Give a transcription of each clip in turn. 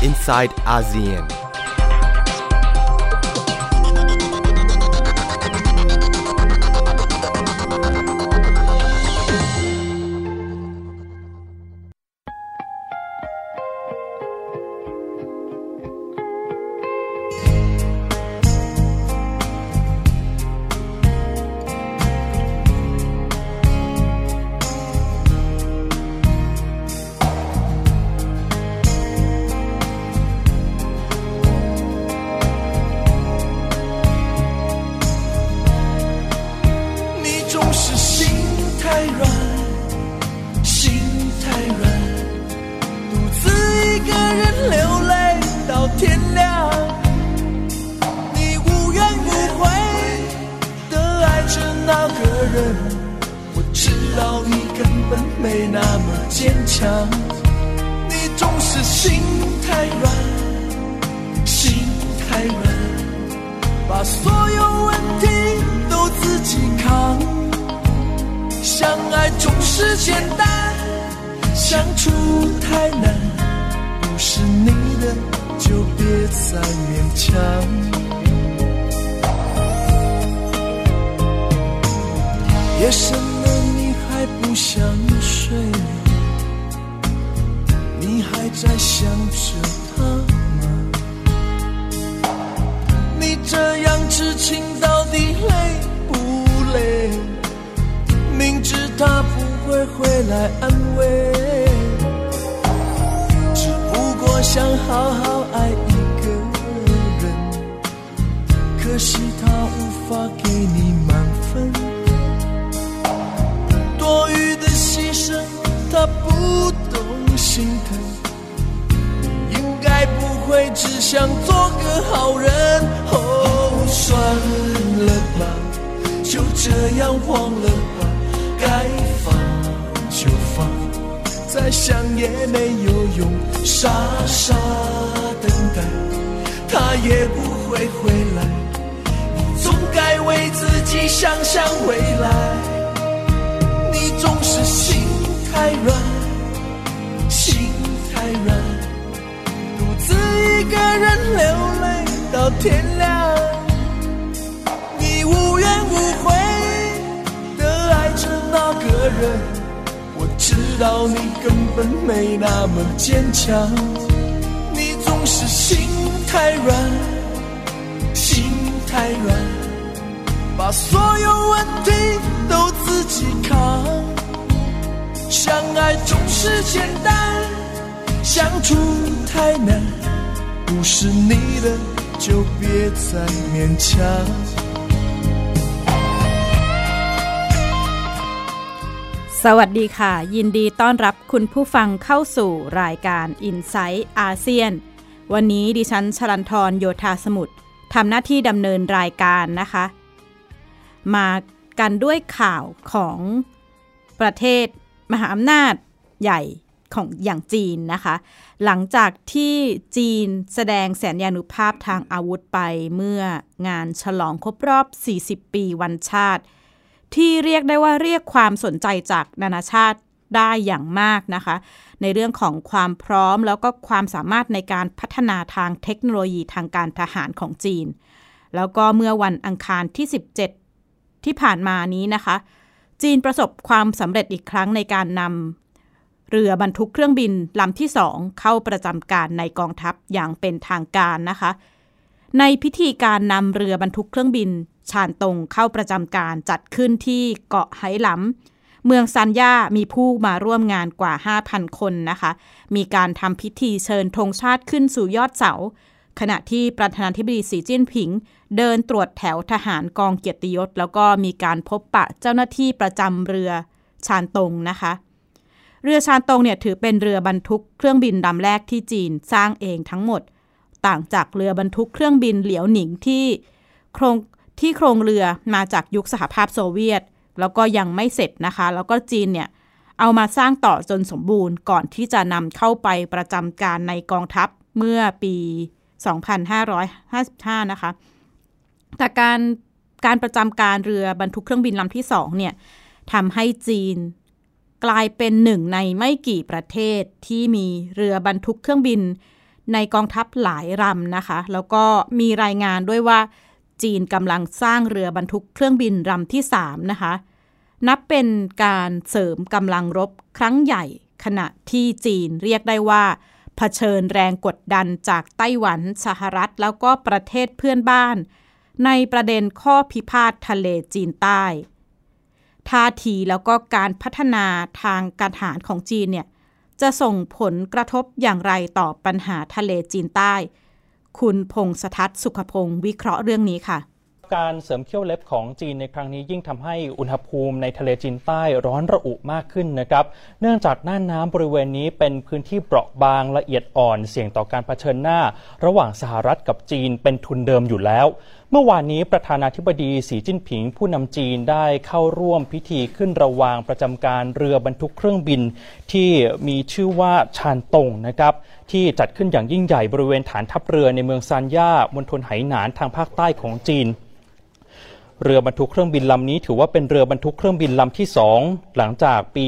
inside ASEAN夜深了你还不想睡，你还在想着他吗？你这样痴情到底累不累？明知他不会回来安慰，只不过想好好爱一个人，可惜他无法给你满分，多余的牺牲他不懂心疼，你应该不会只想做个好人。哦，算了吧，就这样忘了吧，该放就放，再想也没有用，傻傻等待他也不会回来，你总该为自己想想未来。你总是心太软，心太软，独自一个人流泪到天亮，你无怨无悔地爱着那个人，我知道你根本没那么坚强，你总是心太软，心太软，把所有问题都自己扛，相爱总是简单，相处太难，不是你的就别再勉强。 สวัสดีค่ะยินดีต้อนรับคุณผู้ฟังเข้าสู่รายการ Insight อาเซียนวันนี้ดิฉันชลันธรโยธาสมุทรทำหน้าที่ดำเนินรายการนะคะมากันด้วยข่าวของประเทศมหาอำนาจใหญ่ของอย่างจีนนะคะหลังจากที่จีนแสดงสัญญานุภาพทางอาวุธไปเมื่องานฉลองครบรอบ40ปีวันชาติที่เรียกได้ว่าเรียกความสนใจจากนานาชาติได้อย่างมากนะคะในเรื่องของความพร้อมแล้วก็ความสามารถในการพัฒนาทางเทคโนโลยีทางการทหารของจีนแล้วก็เมื่อวันอังคารที่17ที่ผ่านมานี้นะคะจีนประสบความสำเร็จอีกครั้งในการนำเรือบรรทุกเครื่องบินลำที่2เข้าประจำการในกองทัพอย่างเป็นทางการนะคะในพิธีการนำเรือบรรทุกเครื่องบินชานตงเข้าประจำการจัดขึ้นที่เกาะไหหลำเมืองซานย่ามีผู้มาร่วมงานกว่า 5,000 คนนะคะมีการทำพิธีเชิญธงชาติขึ้นสู่ยอดเสาขณะที่ประธานาธิบดีสีจิ้นผิงเดินตรวจแถวทหารกองเกียรติยศแล้วก็มีการพบปะเจ้าหน้าที่ประจำเรือชานตงนะคะเรือชานตงเนี่ยถือเป็นเรือบรรทุกเครื่องบินลำแรกที่จีนสร้างเองทั้งหมดต่างจากเรือบรรทุกเครื่องบินเหลียวหนิงที่โครงเรือมาจากยุคสหภาพโซเวียตแล้วก็ยังไม่เสร็จนะคะแล้วก็จีนเนี่ยเอามาสร้างต่อจนสมบูรณ์ก่อนที่จะนำเข้าไปประจำการในกองทัพเมื่อปี2555นะคะแต่การประจำการเรือบรรทุกเครื่องบินลำที่2เนี่ยทำให้จีนกลายเป็นหนึ่งในไม่กี่ประเทศที่มีเรือบรรทุกเครื่องบินในกองทัพหลายลำนะคะแล้วก็มีรายงานด้วยว่าจีนกำลังสร้างเรือบรรทุกเครื่องบินลำที่3นะคะนับเป็นการเสริมกำลังรบครั้งใหญ่ขณะที่จีนเรียกได้ว่าเผชิญแรงกดดันจากไต้หวันสหรัฐแล้วก็ประเทศเพื่อนบ้านในประเด็นข้อพิพาททะเลจีนใต้ท่าทีแล้วก็การพัฒนาทางการทหารของจีนเนี่ยจะส่งผลกระทบอย่างไรต่อปัญหาทะเลจีนใต้คุณพงษ์สทัศน์สุขพงศ์วิเคราะห์เรื่องนี้ค่ะการเสริมเขี้ยวเล็บของจีนในครั้งนี้ยิ่งทำให้อุณหภูมิในทะเลจีนใต้ร้อนระอุมากขึ้นนะครับเนื่องจากน่านน้ำบริเวณนี้เป็นพื้นที่เปราะบางละเอียดอ่อนเสี่ยงต่อการเผชิญหน้าระหว่างสหรัฐกับจีนเป็นทุนเดิมอยู่แล้วเมื่อวานนี้ประธานาธิบดีสีจิ้นผิงผู้นำจีนได้เข้าร่วมพิธีขึ้นระวางประจำการเรือบรรทุกเครื่องบินที่มีชื่อว่าชานตงนะครับที่จัดขึ้นอย่างยิ่งใหญ่บริเวณฐานทัพเรือในเมืองซานย่ามณฑลไหหนานทางภาคใต้ของจีนเรือบรรทุกเครื่องบินลำนี้ถือว่าเป็นเรือบรรทุกเครื่องบินลำที่2หลังจากปี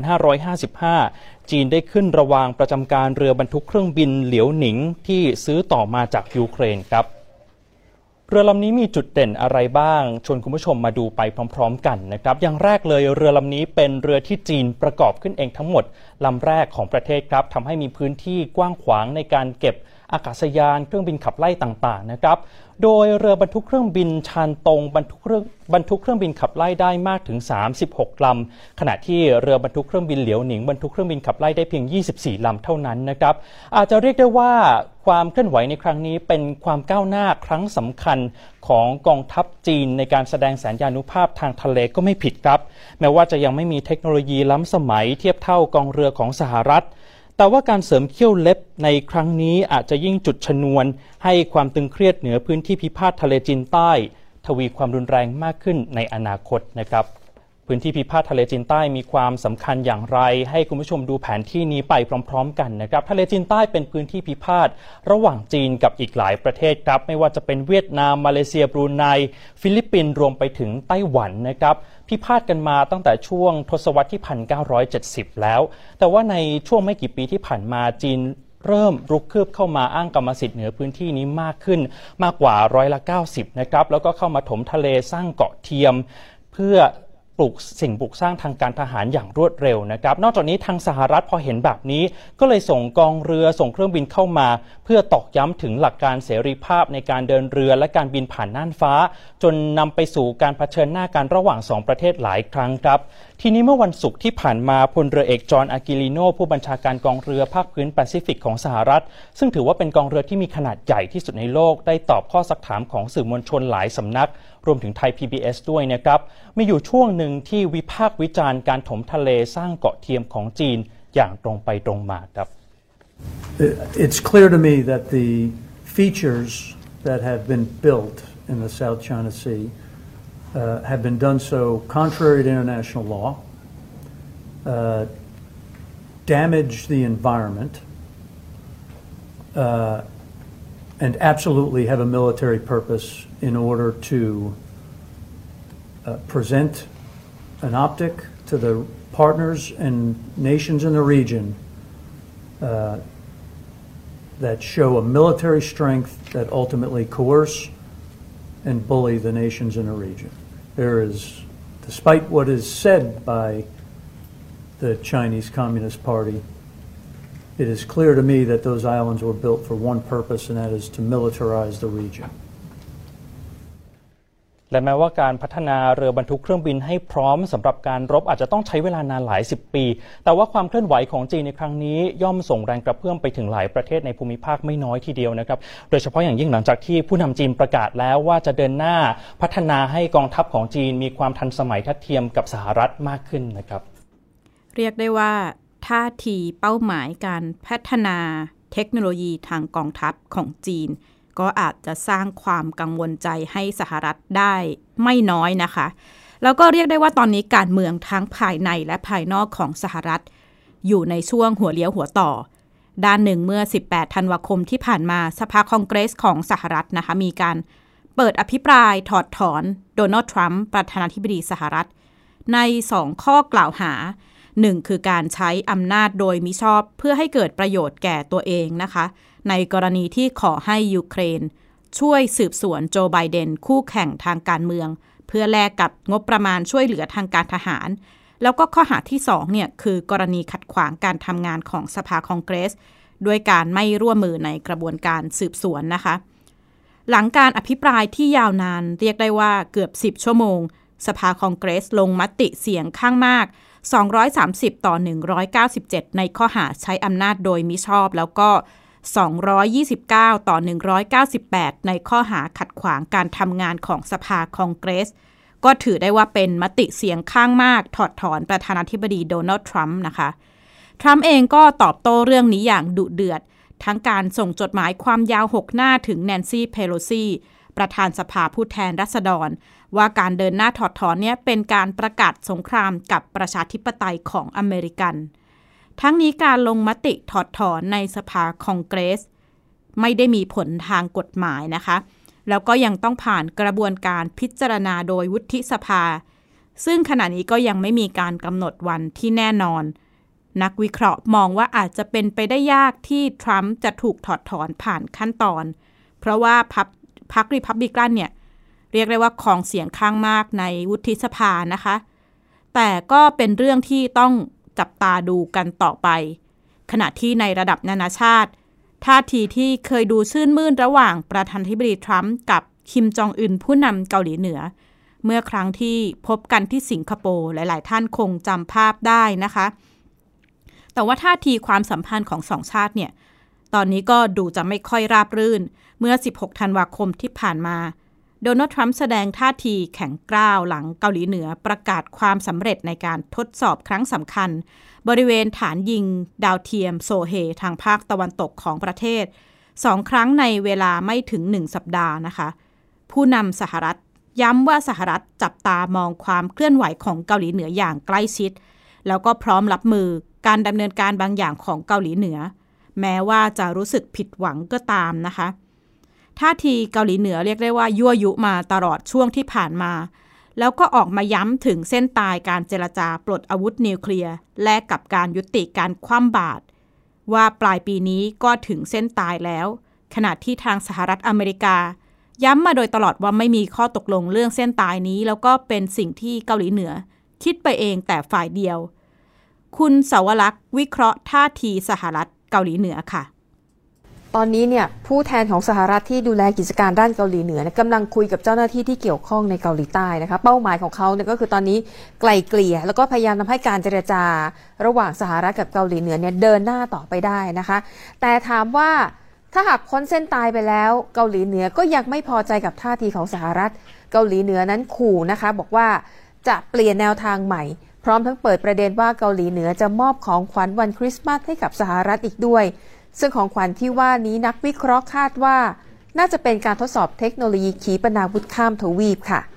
2555 จีนได้ขึ้นระวางประจำการเรือบรรทุกเครื่องบินเหลียวหนิงที่ซื้อต่อมาจากยูเครนครับเรือลำนี้มีจุดเด่นอะไรบ้างชวนคุณผู้ชมมาดูไปพร้อมๆกันนะครับอย่างแรกเลยเรือลำนี้เป็นเรือที่จีนประกอบขึ้นเองทั้งหมดลำแรกของประเทศครับทำให้มีพื้นที่กว้างขวางในการเก็บอากาศยานเครื่องบินขับไล่ต่างๆนะครับโดยเรือบรรทุกเครื่องบินชานตงบรรทุกเครื่องบินขับไล่ได้มากถึง36ลำขณะที่เรือบรรทุกเครื่องบินเหลียวหนิงบรรทุกเครื่องบินขับไล่ได้เพียง24ลำเท่านั้นนะครับอาจจะเรียกได้ว่าความเคลื่อนไหวในครั้งนี้เป็นความก้าวหน้าครั้งสำคัญของกองทัพจีนในการแสดงสัญญานุภาพทางทะเลก็ไม่ผิดครับแม้ว่าจะยังไม่มีเทคโนโลยีล้ำสมัยเทียบเท่ากองเรือของสหรัฐแต่ว่าการเสริมเขี้ยวเล็บในครั้งนี้อาจจะยิ่งจุดชนวนให้ความตึงเครียดเหนือพื้นที่พิพาททะเลจีนใต้ทวีความรุนแรงมากขึ้นในอนาคตนะครับพื้นที่พิพาททะเลจีนใต้มีความสำคัญอย่างไรให้คุณผู้ชมดูแผนที่นี้ไปพร้อมๆกันนะครับทะเลจีนใต้เป็นพื้นที่พิพาทระหว่างจีนกับอีกหลายประเทศครับไม่ว่าจะเป็นเวียดนามมาเลเซียบรูไนฟิลิปปินส์รวมไปถึงไต้หวันนะครับพิพาทกันมาตั้งแต่ช่วงทศวรรษที่ 1970 แล้วแต่ว่าในช่วงไม่กี่ปีที่ผ่านมาจีนเริ่มรุกคืบเข้ามาอ้างกรรมสิทธิ์เหนือพื้นที่นี้มากขึ้นมากกว่า90%นะครับแล้วก็เข้ามาถมทะเลสร้างเกาะเทียมเพื่อปลูกสิ่งปลูกสร้างทางการทหารอย่างรวดเร็วนะครับนอกจากนี้ทางสหรัฐพอเห็นแบบนี้ก็เลยส่งกองเรือส่งเครื่องบินเข้ามาเพื่อตอกย้ำถึงหลักการเสรีภาพในการเดินเรือและการบินผ่านน่านฟ้าจนนำไปสู่การเผชิญหน้ากันระหว่าง2ประเทศหลายครั้งครับทีนี้เมื่อวันศุกร์ที่ผ่านมาพลเรือเอกจอห์นอากิลิโนผู้บัญชาการกองเรือภาคพื้นแปซิฟิกของสหรัฐซึ่งถือว่าเป็นกองเรือที่มีขนาดใหญ่ที่สุดในโลกได้ตอบข้อซักถามของสื่อมวลชนหลายสำนักรวมถึงไทย PBS ด้วยนะครับมีอยู่ช่วงหนึ่งที่วิพากษ์วิจารณ์การถมทะเลสร้างเกาะเทียมของจีนอย่างตรงไปตรงมาครับ It's clear to me that the features that have been built in the South China Sea have been done so contrary to international law, damage the environment, and absolutely have a military purpose in order to present an optic to the partners and nations in the region that show a military strength that ultimately coerce and bully the nations in the region. There is, despite what is said by the Chinese Communist Party, it is clear to me that those islands were built for one purpose, and that is to militarize the region. และแม้ว่าการพัฒนาเรือบรรทุกเครื่องบินให้พร้อมสำหรับการรบอาจจะต้องใช้เวลานานหลาย10 ปีแต่ว่าความเคลื่อนไหวของจีนในครั้งนี้ย่อมส่งแรงกระเพื่อมไปถึงหลายประเทศในภูมิภาคไม่น้อยทีเดียวนะครับโดยเฉพาะอย่างยิ่งหลังจากที่ผู้นำจีนประกาศแล้วว่าจะเดินหน้าพัฒนาให้กองทัพของจีนมีความทันสมัยทัดเทียมกับสหรัฐมากขึ้นนะครับเรียกได้ว่าท่าทีเป้าหมายการพัฒนาเทคโนโลยีทางกองทัพของจีนก็อาจจะสร้างความกังวลใจให้สหรัฐได้ไม่น้อยนะคะแล้วก็เรียกได้ว่าตอนนี้การเมืองทั้งภายในและภายนอกของสหรัฐอยู่ในช่วงหัวเลี้ยวหัวต่อด้านหนึ่งเมื่อ18ธันวาคมที่ผ่านมาสภาคองเกรสของสหรัฐนะคะมีการเปิดอภิปรายถอดถอนโดนัลด์ทรัมป์ประธานาธิบดีสหรัฐใน2ข้อกล่าวหา 1คือการใช้อำนาจโดยมิชอบเพื่อให้เกิดประโยชน์แก่ตัวเองนะคะในกรณีที่ขอให้ยูเครนช่วยสืบสวนโจไบเดนคู่แข่งทางการเมืองเพื่อแลกกับงบประมาณช่วยเหลือทางการทหารแล้วก็ข้อหาที่2เนี่ยคือกรณีขัดขวางการทำงานของสภาคองเกรสด้วยการไม่ร่วมมือในกระบวนการสืบสวนนะคะหลังการอภิปรายที่ยาวนานเรียกได้ว่าเกือบ10ชั่วโมงสภาคองเกรสลงมติเสียงข้างมาก230ต่อ197ในข้อหาใช้อำนาจโดยมิชอบแล้วก็229ต่อ198ในข้อหาขัดขวางการทำงานของสภาคองเกรสก็ถือได้ว่าเป็นมติเสียงข้างมากถอดถอนประธานาธิบดีโดนัลด์ทรัมป์นะคะทรัมป์เองก็ตอบโต้เรื่องนี้อย่างดุเดือดทั้งการส่งจดหมายความยาว6หน้าถึงแนนซี่เพโลซีประธานสภาผู้แทนราษฎรว่าการเดินหน้าถอดถอนเนี่ยเป็นการประกาศสงครามกับประชาธิปไตยของอเมริกันทั้งนี้การลงมติถอดถอนในสภาคองเกรสไม่ได้มีผลทางกฎหมายนะคะแล้วก็ยังต้องผ่านกระบวนการพิจารณาโดยวุฒิสภาซึ่งขณะนี้ก็ยังไม่มีการกำหนดวันที่แน่นอนนักวิเคราะห์มองว่าอาจจะเป็นไปได้ยากที่ทรัมป์จะถูกถอดถอนผ่านขั้นตอนเพราะว่าพรรครีพับลิกันเนี่ยเรียกได้ว่าครองเสียงข้างมากในวุฒิสภานะคะแต่ก็เป็นเรื่องที่ต้องจับตาดูกันต่อไปขณะที่ในระดับนานาชาติท่าทีที่เคยดูชื่นมื่นระหว่างประธานาธิบดีทรัมป์กับคิมจองอึนผู้นำเกาหลีเหนือเมื่อครั้งที่พบกันที่สิงคโปร์หลายๆท่านคงจำภาพได้นะคะแต่ว่าท่าทีความสัมพันธ์ของสองชาติเนี่ยตอนนี้ก็ดูจะไม่ค่อยราบรื่นเมื่อ16ธันวาคมที่ผ่านมาโดนัลด์ทรัมป์แสดงท่าทีแข็งกร้าวหลังเกาหลีเหนือประกาศความสำเร็จในการทดสอบครั้งสำคัญบริเวณฐานยิงดาวเทียมโซเฮทางภาคตะวันตกของประเทศ2ครั้งในเวลาไม่ถึง1สัปดาห์นะคะผู้นำสหรัฐย้ำว่าสหรัฐจับตามองความเคลื่อนไหวของเกาหลีเหนืออย่างใกล้ชิดแล้วก็พร้อมรับมือการดำเนินการบางอย่างของเกาหลีเหนือแม้ว่าจะรู้สึกผิดหวังก็ตามนะคะท่าทีเกาหลีเหนือเรียกได้ว่ายั่วยุมาตลอดช่วงที่ผ่านมาแล้วก็ออกมาย้ำถึงเส้นตายการเจรจาปลดอาวุธนิวเคลียร์แลกกับการยุติการคว่ำบาตรว่าปลายปีนี้ก็ถึงเส้นตายแล้วขณะที่ทางสหรัฐอเมริกาย้ำมาโดยตลอดว่าไม่มีข้อตกลงเรื่องเส้นตายนี้แล้วก็เป็นสิ่งที่เกาหลีเหนือคิดไปเองแต่ฝ่ายเดียวคุณสาวรักษ์วิเคราะห์ท่าทีสหรัฐเกาหลีเหนือค่ะตอนนี้เนี่ยผู้แทนของสหรัฐที่ดูแลกิจการด้านเกาหลีเหนือกำลังคุยกับเจ้าหน้าที่ที่เกี่ยวข้องในเกาหลีใต้นะคะเป้าหมายของเขาเนี่ยก็คือตอนนี้ไกล่เกลี่ยแล้วก็พยายามทำให้การเจรจาระหว่างสหรัฐกับเกาหลีเหนือเนี่ยเดินหน้าต่อไปได้นะคะแต่ถามว่าถ้าหากพ้นเส้นตายไปแล้วเกาหลีเหนือก็ยังไม่พอใจกับท่าทีของสหรัฐเกาหลีเหนือนั้นขู่นะคะบอกว่าจะเปลี่ยนแนวทางใหม่พร้อมทั้งเปิดประเด็นว่าเกาหลีเหนือจะมอบของขวัญวันคริสต์มาสให้กับสหรัฐอีกด้วยซึ่งของขวัญที่ว่านี้นักวิเคราะห์คาดว่าน่าจะเป็นการทดสอบเทคโนโลยีขีปนาวุธข้ามทวีปค่ะ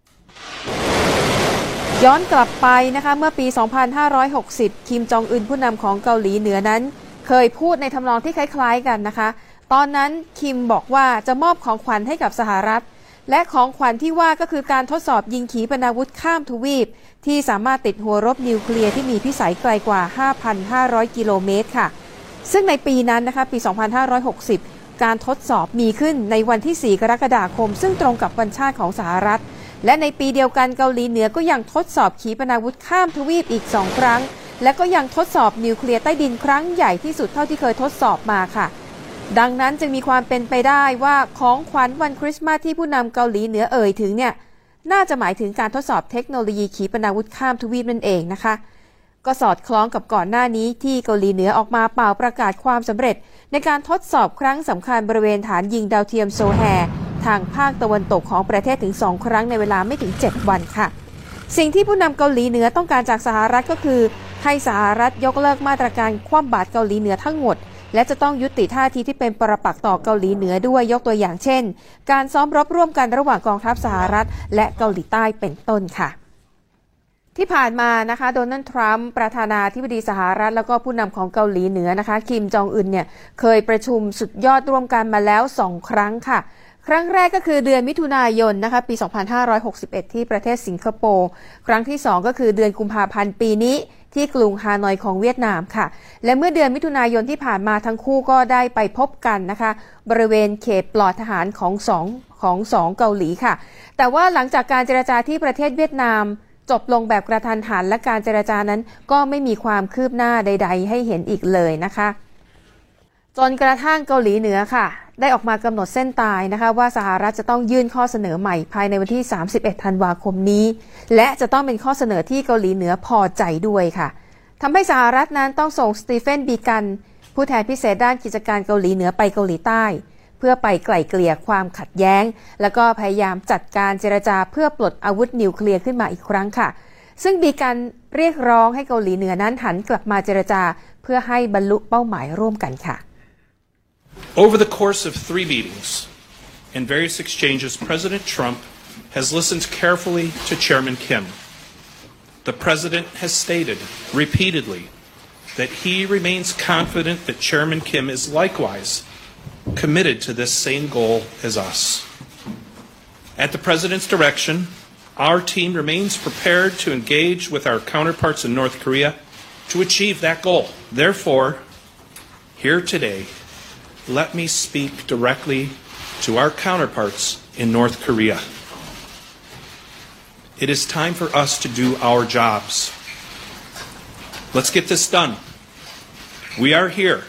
ย้อนกลับไปนะคะเมื่อปี 2560 คิมจองอึนผู้นำของเกาหลีเหนือนั้นเคยพูดในทำนองที่คล้ายๆกันนะคะตอนนั้นคิมบอกว่าจะมอบของขวัญให้กับสหรัฐและของขวัญที่ว่าก็คือการทดสอบยิงขีปนาวุธข้ามทวีปที่สามารถติดหัวรบนิวเคลียร์ที่มีพิสัยไกลกว่า 5,500 กิโลเมตรค่ะซึ่งในปีนั้นนะคะปี 2560 การทดสอบมีขึ้นในวันที่ 4 กรกฎาคมซึ่งตรงกับวันชาติของสหรัฐและในปีเดียวกันเกาหลีเหนือก็ยังทดสอบขีปนาวุธข้ามทวีปอีก2ครั้งและก็ยังทดสอบนิวเคลียร์ใต้ดินครั้งใหญ่ที่สุดเท่าที่เคยทดสอบมาค่ะดังนั้นจึงมีความเป็นไปได้ว่าของขวัญวันคริสต์มาสที่ผู้นำเกาหลีเหนือเอ่ยถึงเนี่ยน่าจะหมายถึงการทดสอบเทคโนโลยีขีปนาวุธข้ามทวีปนั่นเองนะคะก็สอดคล้องกับก่อนหน้านี้ที่เกาหลีเหนือออกมาเป่าประกาศความสำเร็จในการทดสอบครั้งสำคัญบริเวณฐานยิงดาวเทียมโซแฮทางภาคตะวันตกของประเทศถึง2ครั้งในเวลาไม่ถึง7วันค่ะสิ่งที่ผู้นำเกาหลีเหนือต้องการจากสหรัฐก็คือให้สหรัฐยกเลิกมาตรการคว่ำบาตรเกาหลีเหนือทั้งหมดและจะต้องยุติท่าทีที่เป็นปรปักษ์ต่อเกาหลีเหนือด้วยยกตัวอย่างเช่นการซ้อมรบร่วมกันระหว่างกองทัพสหรัฐและเกาหลีใต้เป็นต้นค่ะที่ผ่านมานะคะโดนัลด์ทรัมป์ประธานาธิบดีสหรัฐแล้วก็ผู้นำของเกาหลีเหนือนะคะคิมจองอึนเนี่ยเคยประชุมสุดยอดร่วมกันมาแล้ว2ครั้งค่ะครั้งแรกก็คือเดือนมิถุนายนนะคะปี 2561 ที่ประเทศสิงคโปร์ครั้งที่2ก็คือเดือนกุมภาพันธ์ปีนี้ที่กรุงฮานอยของเวียดนามค่ะและเมื่อเดือนมิถุนายนที่ผ่านมาทั้งคู่ก็ได้ไปพบกันนะคะบริเวณเขตปลอดทหารของสองเกาหลีค่ะแต่ว่าหลังจากการเจรจาที่ประเทศเวียดนามจบลงแบบกระทันหันและการเจรจานั้นก็ไม่มีความคืบหน้าใดๆให้เห็นอีกเลยนะคะจนกระทั่งเกาหลีเหนือค่ะได้ออกมากำหนดเส้นตายนะคะว่าสหรัฐจะต้องยื่นข้อเสนอใหม่ภายในวันที่31ธันวาคมนี้และจะต้องเป็นข้อเสนอที่เกาหลีเหนือพอใจด้วยค่ะทำให้สหรัฐนั้นต้องส่งสตีเฟนบีกันผู้แทนพิเศษด้านกิจการเกาหลีเหนือไปเกาหลีใต้เพื่อไปไกล่เกลี่ยความขัดแย้งแล้วก็พยายามจัดการเจรจาเพื่อปลดอาวุธนิวเคลียร์ขึ้นมาอีกครั้งค่ะซึ่งบีกันเรียกร้องให้เกาหลีเหนือนั้นหันกลับมาเจรจาเพื่อให้บรรลุเป้าหมายร่วมกันค่ะ Over the course of 3 meetings and various exchanges, President Trump has listened carefully to Chairman Kim. The President has stated repeatedly that he remains confident that Chairman Kim is likewise committed to this same goal as us. At the President's direction, our team remains prepared to engage with our counterparts in North Korea to achieve that goal. Therefore, here today, let me speak directly to our counterparts in North Korea. It is time for us to do our jobs. Let's get this done. We are here,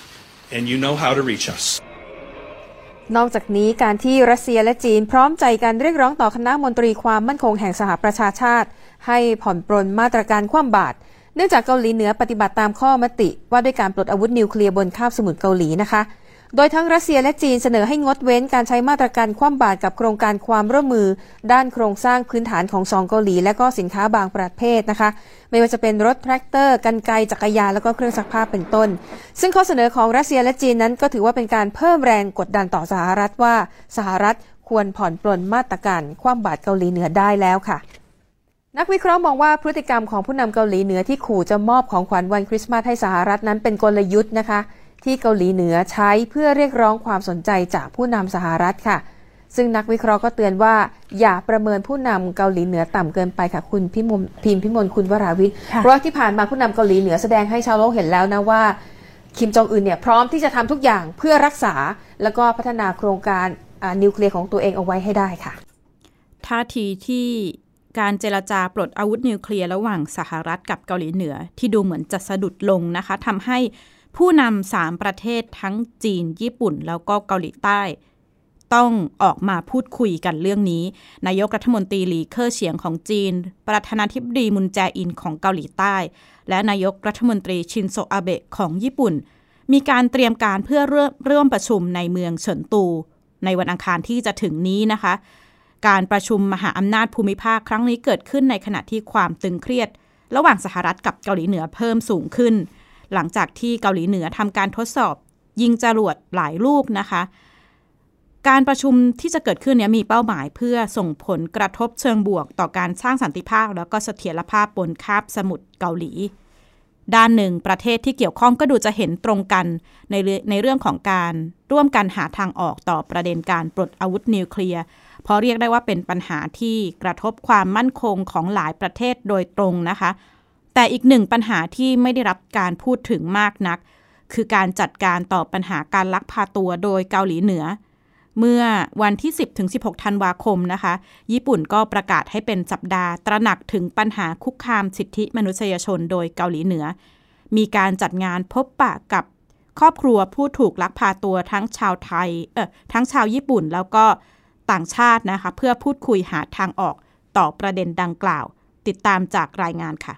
and you know how to reach us. นอกจากนี้การที่รัสเซียและจีนพร้อมใจกันเรียกร้องต่อคณะมนตรีความมั่นคงแห่งสหประชาชาติให้ผ่อนปรนมาตรการคว่ำบาตรเนื่องจากเกาหลีเหนือปฏิบัติตามข้อมติว่าด้วยการปลดอาวุธนิวเคลียร์บนคาบสมุทรเกาหลีนะคะโดยทั้งรัสเซียและจีนเสนอให้งดเว้นการใช้มาตรการคว่ำบาตรกับโครงการความร่วมมือด้านโครงสร้างพื้นฐานของสองเกาหลีและก็สินค้าบางประเภทนะคะไม่ว่าจะเป็นรถแทรกเตอร์กรรไกรจักรยานแล้วก็เครื่องซักผ้าเป็นต้นซึ่งข้อเสนอของรัสเซียและจีนนั้นก็ถือว่าเป็นการเพิ่มแรงกดดันต่อสหรัฐว่าสหรัฐควรผ่อนปลนมาตรการคว่ำบาตรเกาหลีเหนือได้แล้วค่ะนักวิเคราะห์มองว่าพฤติกรรมของผู้นำเกาหลีเหนือที่ขู่จะมอบของขวัญวันคริสต์มาสให้สหรัฐนั้นเป็นกลยุทธ์นะคะที่เกาหลีเหนือใช้เพื่อเรียกร้องความสนใจจากผู้นำสหรัฐค่ะซึ่งนักวิเคราะห์ก็เตือนว่าอย่าประเมินผู้นำเกาหลีเหนือต่ำเกินไปค่ะคุณพิมพ์คุณวราวิทย์เพราะที่ผ่านมาผู้นำเกาหลีเหนือแสดงให้ชาวโลกเห็นแล้วนะว่าคิมจองอึนเนี่ยพร้อมที่จะทำทุกอย่างเพื่อรักษาแล้วก็พัฒนาโครงการนิวเคลียร์ของตัวเองเอาไว้ให้ได้ค่ะท่าทีที่การเจรจาปลดอาวุธนิวเคลียร์ระหว่างสหรัฐกับเกาหลีเหนือที่ดูเหมือนจะสะดุดลงนะคะทำให้ผู้นำ3ประเทศทั้งจีนญี่ปุ่นแล้วก็เกาหลีใต้ต้องออกมาพูดคุยกันเรื่องนี้นายกรัฐมนตรีหลีเค่อเฉียงของจีนประธานาธิบดีมุนแจอินของเกาหลีใต้และนายกรัฐมนตรีชินโซอาเบะของญี่ปุ่นมีการเตรียมการเพื่อร่วมประชุมในเมืองเฉินตูในวันอังคารที่จะถึงนี้นะคะการประชุมมหาอำนาจภูมิภาคครั้งนี้เกิดขึ้นในขณะที่ความตึงเครียดระหว่างสหรัฐกับเกาหลีเหนือเพิ่มสูงขึ้นหลังจากที่เกาหลีเหนือทำการทดสอบยิงจรวดหลายลูกนะคะการประชุมที่จะเกิดขึ้นนี้มีเป้าหมายเพื่อส่งผลกระทบเชิงบวกต่อการสร้างสันติภาพแล้วก็เสถียรภาพบนคาบสมุทรเกาหลีด้านหนึ่งประเทศที่เกี่ยวข้องก็ดูจะเห็นตรงกันในเรื่องของการร่วมกันหาทางออกต่อประเด็นการปลดอาวุธนิวเคลียร์เพราะเรียกได้ว่าเป็นปัญหาที่กระทบความมั่นคงของหลายประเทศโดยตรงนะคะแต่อีกหนึ่งปัญหาที่ไม่ได้รับการพูดถึงมากนักคือการจัดการต่อปัญหาการลักพาตัวโดยเกาหลีเหนือเมื่อวันที่ 10-16 ธันวาคมนะคะญี่ปุ่นก็ประกาศให้เป็นสัปดาห์ตระหนักถึงปัญหาคุกคามสิทธิมนุษยชนโดยเกาหลีเหนือมีการจัดงานพบปะกับครอบครัวผู้ถูกลักพาตัวทั้งชาวไทยทั้งชาวญี่ปุ่นแล้วก็ต่างชาตินะคะเพื่อพูดคุยหาทางออกต่อประเด็นดังกล่าวติดตามจากรายงานค่ะ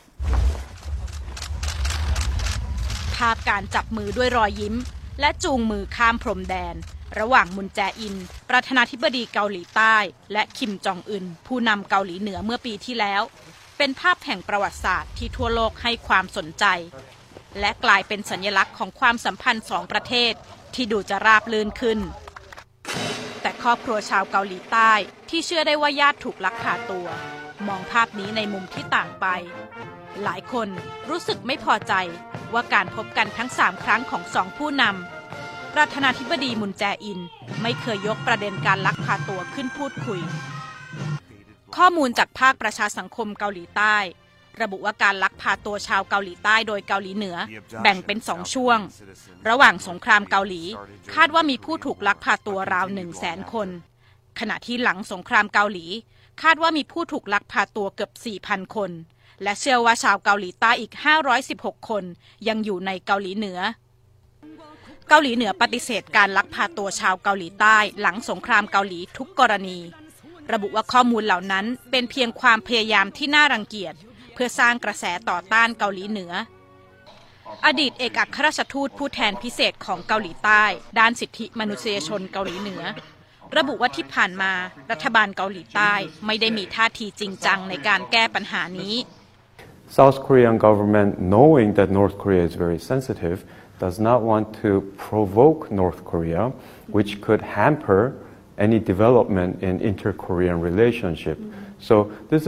ภาพการจับมือด้วยรอยยิ้มและจูงมือข้ามพรมแดนระหว่างมุนแจอินประธานาธิบดีเกาหลีใต้และคิมจองอึนผู้นำเกาหลีเหนือเมื่อปีที่แล้วเป็นภาพแห่งประวัติศาสตร์ที่ทั่วโลกให้ความสนใจและกลายเป็นสัญลักษณ์ของความสัมพันธ์สองประเทศที่ดูจะราบรื่นขึ้นแต่ครอบครัวชาวเกาหลีใต้ที่เชื่อได้ว่าญาติถูกลักพาตัวมองภาพนี้ในมุมที่ต่างไปหลายคนรู้สึกไม่พอใจว่าการพบกันทั้ง3ครั้งของ2ผู้นำประธานาธิบดีมุนแจอินไม่เคยยกประเด็นการลักพาตัวขึ้นพูดคุยข้อมูลจากภาคประชาสังคมเกาหลีใต้ระบุว่าการลักพาตัวชาวเกาหลีใต้โดยเกาหลีเหนือแบ่งเป็น2ช่วงระหว่างสงครามเกาหลีคาดว่ามีผู้ถูกลักพาตัวราว 100,000 คนขณะที่หลังสงครามเกาหลีคาดว่ามีผู้ถูกลักพาตัวเกือบ 4,000 คนและเชื่อว่าชาวเกาหลีใต้อีก516คนยังอยู่ในเกาหลีเหนือเกาหลีเหนือปฏิเสธการลักพาตัวชาวเกาหลีใต้หลังสงครามเกาหลีทุกกรณีระบุว่าข้อมูลเหล่านั้นเป็นเพียงความพยายามที่น่ารังเกียจเพื่อสร้างกระแสต่อต้านเกาหลีเหนืออดีตเอกอัครราชทูตผู้แทนพิเศษของเกาหลีใต้ด้านสิทธิมนุษยชนเกาหลีเหนือระบุว่าที่ผ่านมารัฐบาลเกาหลีใต้ไม่ได้มีท่าทีจริงจังในการแก้ปัญหานี้ South Korean government, knowing that North Korea is very sensitive, does not want to provoke North Korea, which could hamper any development in inter-Korean relationship. So this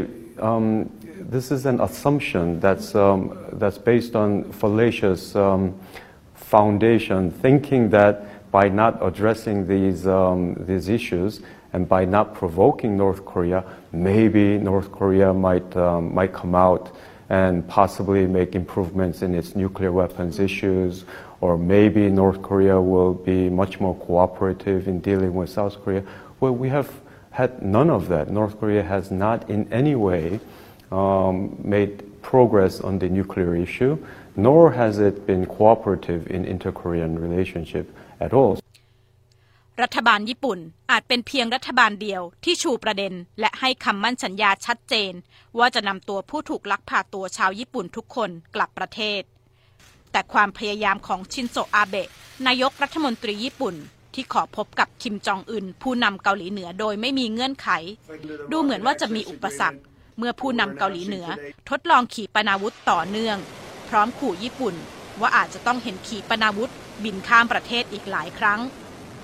is an assumption that's based on fallacious foundation, thinking that by not addressing these issues and by not provoking North Korea, maybe North Korea might come out and possibly make improvements in its nuclear weapons issues, or maybe North Korea will be much more cooperative in dealing with South Korea. Well, we have had none of that. North Korea has not in any way made progress on the nuclear issue, nor has it been cooperative in inter-Korean relationship at all. รัฐบาลญี่ปุ่นอาจเป็นเพียงรัฐบาลเดียวที่ชูประเด็นและให้คำมั่นสัญญาชัดเจนว่าจะนำตัวผู้ถูกลักพาตัวชาวญี่ปุ่นทุกคนกลับประเทศแต่ความพยายามของชินโซอาเบะนายกรัฐมนตรีญี่ปุ่นที่ขอพบกับคิมจองอึนผู้นำเกาหลีเหนือโดยไม่มีเงื่อนไขดูเหมือนว่าจะมีอุปสรรคเมื่อผู้นำเกาหลีเหนือทดลองขีปนาวุธต่อเนื่องพร้อมขู่ญี่ปุ่นว่าอาจจะต้องเห็นขีปนาวุธบินข้ามประเทศอีกหลายครั้ง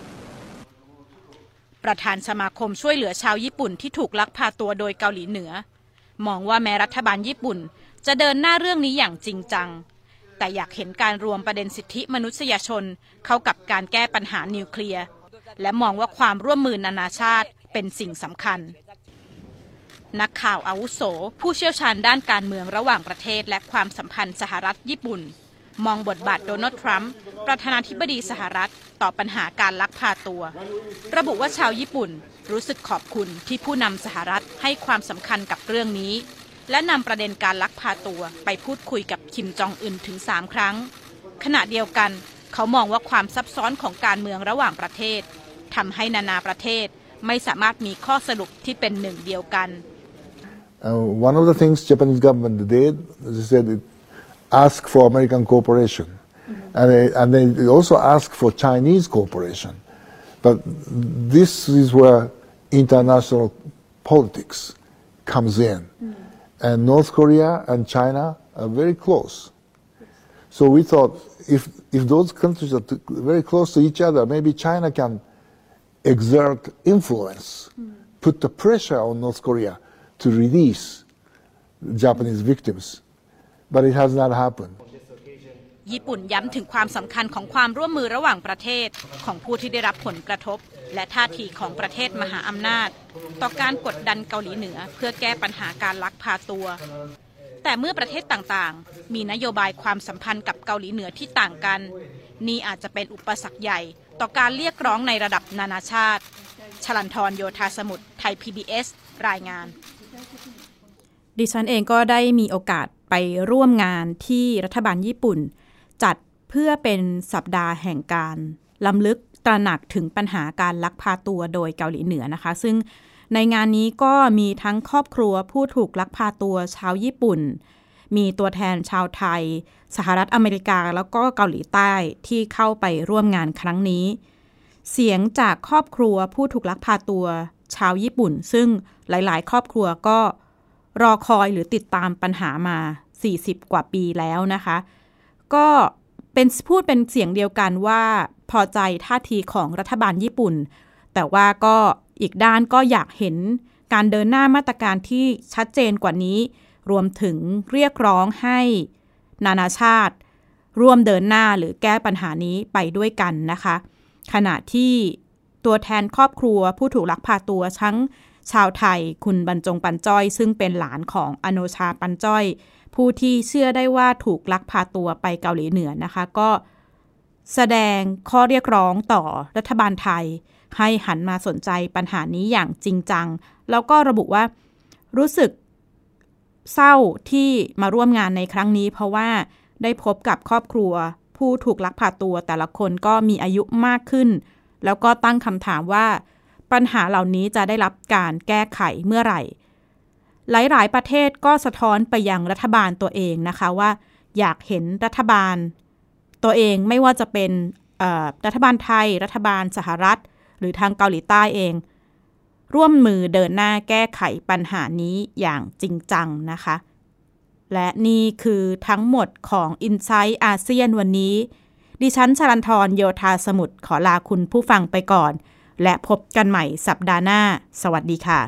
ประธานสมาคมช่วยเหลือชาวญี่ปุ่นที่ถูกลักพาตัวโดยเกาหลีเหนือมองว่าแม้รัฐบาลญี่ปุ่นจะเดินหน้าเรื่องนี้อย่างจริงจังแต่อยากเห็นการรวมประเด็นสิทธิมนุษยชนเข้ากับการแก้ปัญหานิวเคลียร์และมองว่าความร่วมมือนานาชาติเป็นสิ่งสำคัญนักข่าวอาวุโสผู้เชี่ยวชาญด้านการเมืองระหว่างประเทศและความสัมพันธ์สหรัฐญี่ปุ่นมองบทบาทโดนัลด์ทรัมป์ประธานาธิบดีสหรัฐต่อปัญหาการลักพาตัวระบุว่าชาวญี่ปุ่นรู้สึกขอบคุณที่ผู้นำสหรัฐให้ความสำคัญกับเรื่องนี้และนำประเด็นการลักพาตัวไปพูดคุยกับคิมจองอึนถึง3 ครั้งขณะเดียวกันเขามองว่าความซับซ้อนของการเมืองระหว่างประเทศทำให้นานาประเทศไม่สามารถมีข้อสรุปที่เป็นหนึ่งเดียวกัน One of the things Japanese government did, they said, it ask for American cooperation, and they also ask for Chinese cooperation. But this is where international politics comes in, and North Korea and China are very close. So we thought if those countries are very close to each other, maybe China can exert influence, put the pressure on North Korea to release Japanese victims. But it has not happened. ญี่ปุ่นย้ำถึงความสำคัญของความร่วมมือระหว่างประเทศของผู้ที่ได้รับผลกระทบและท่าทีของประเทศมหาอำนาจต่อการกดดันเกาหลีเหนือเพื่อแก้ปัญหาการลักพาตัวแต่เมื่อประเทศต่างๆมีนโยบายความสัมพันธ์กับเกาหลีเหนือที่ต่างกันนี่อาจจะเป็นอุปสรรคใหญ่ต่อการเรียกร้องในระดับนานาชาติชลันทร โยธาสมุทร ไทย PBS รายงานดิฉันเองก็ได้มีโอกาสไปร่วมงานที่รัฐบาลญี่ปุ่นจัดเพื่อเป็นสัปดาห์แห่งการล้ำลึกตระหนักถึงปัญหาการลักพาตัวโดยเกาหลีเหนือนะคะซึ่งในงานนี้ก็มีทั้งครอบครัวผู้ถูกลักพาตัวชาวญี่ปุ่นมีตัวแทนชาวไทยสหรัฐอเมริกาแล้วก็เกาหลีใต้ที่เข้าไปร่วมงานครั้งนี้เสียงจากครอบครัวผู้ถูกลักพาตัวชาวญี่ปุ่นซึ่งหลายๆครอบครัวก็รอคอยหรือติดตามปัญหามา40 กว่าปีแล้วนะคะก็พูดเป็นเสียงเดียวกันว่าพอใจท่าทีของรัฐบาลญี่ปุ่นแต่ว่าก็อีกด้านก็อยากเห็นการเดินหน้ามาตรการที่ชัดเจนกว่านี้รวมถึงเรียกร้องให้นานาชาติร่วมเดินหน้าหรือแก้ปัญหานี้ไปด้วยกันนะคะขณะที่ตัวแทนครอบครัวผู้ถูกลักพาตัวทั้งชาวไทยคุณบรรจงปันจ้อยซึ่งเป็นหลานของอโนชาปันจ้อยผู้ที่เชื่อได้ว่าถูกลักพาตัวไปเกาหลีเหนือนะคะก็แสดงข้อเรียกร้องต่อรัฐบาลไทยให้หันมาสนใจปัญหานี้อย่างจริงจังแล้วก็ระบุว่ารู้สึกเศร้าที่มาร่วมงานในครั้งนี้เพราะว่าได้พบกับครอบครัวผู้ถูกลักพาตัวแต่ละคนก็มีอายุมากขึ้นแล้วก็ตั้งคำถามว่าปัญหาเหล่านี้จะได้รับการแก้ไขเมื่อไหร่หลายๆประเทศก็สะท้อนไปยังรัฐบาลตัวเองนะคะว่าอยากเห็นรัฐบาลตัวเองไม่ว่าจะเป็นรัฐบาลไทยรัฐบาลสหรัฐหรือทางเกาหลีใต้เองร่วมมือเดินหน้าแก้ไขปัญหานี้อย่างจริงจังนะคะและนี่คือทั้งหมดของ Insight อาเซียนวันนี้ดิฉันชลันธรโยธาสมุทรขอลาคุณผู้ฟังไปก่อนและพบกันใหม่สัปดาห์หน้าสวัสดีค่ะ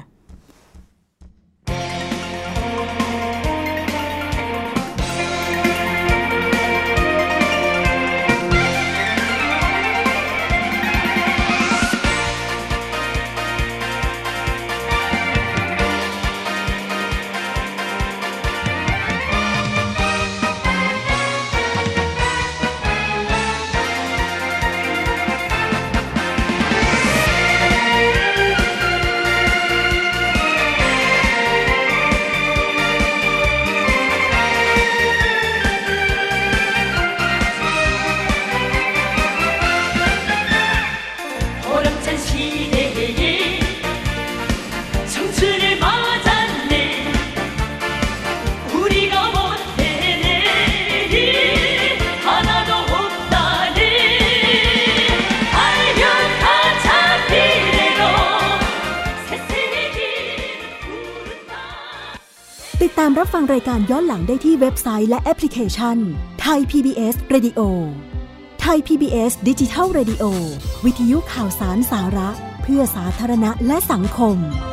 ติดตามรับฟังรายการย้อนหลังได้ที่เว็บไซต์และแอปพลิเคชัน Thai PBS Radio Thai PBS Digital Radio วิทยุข่าวสารสาระเพื่อสาธารณะและสังคม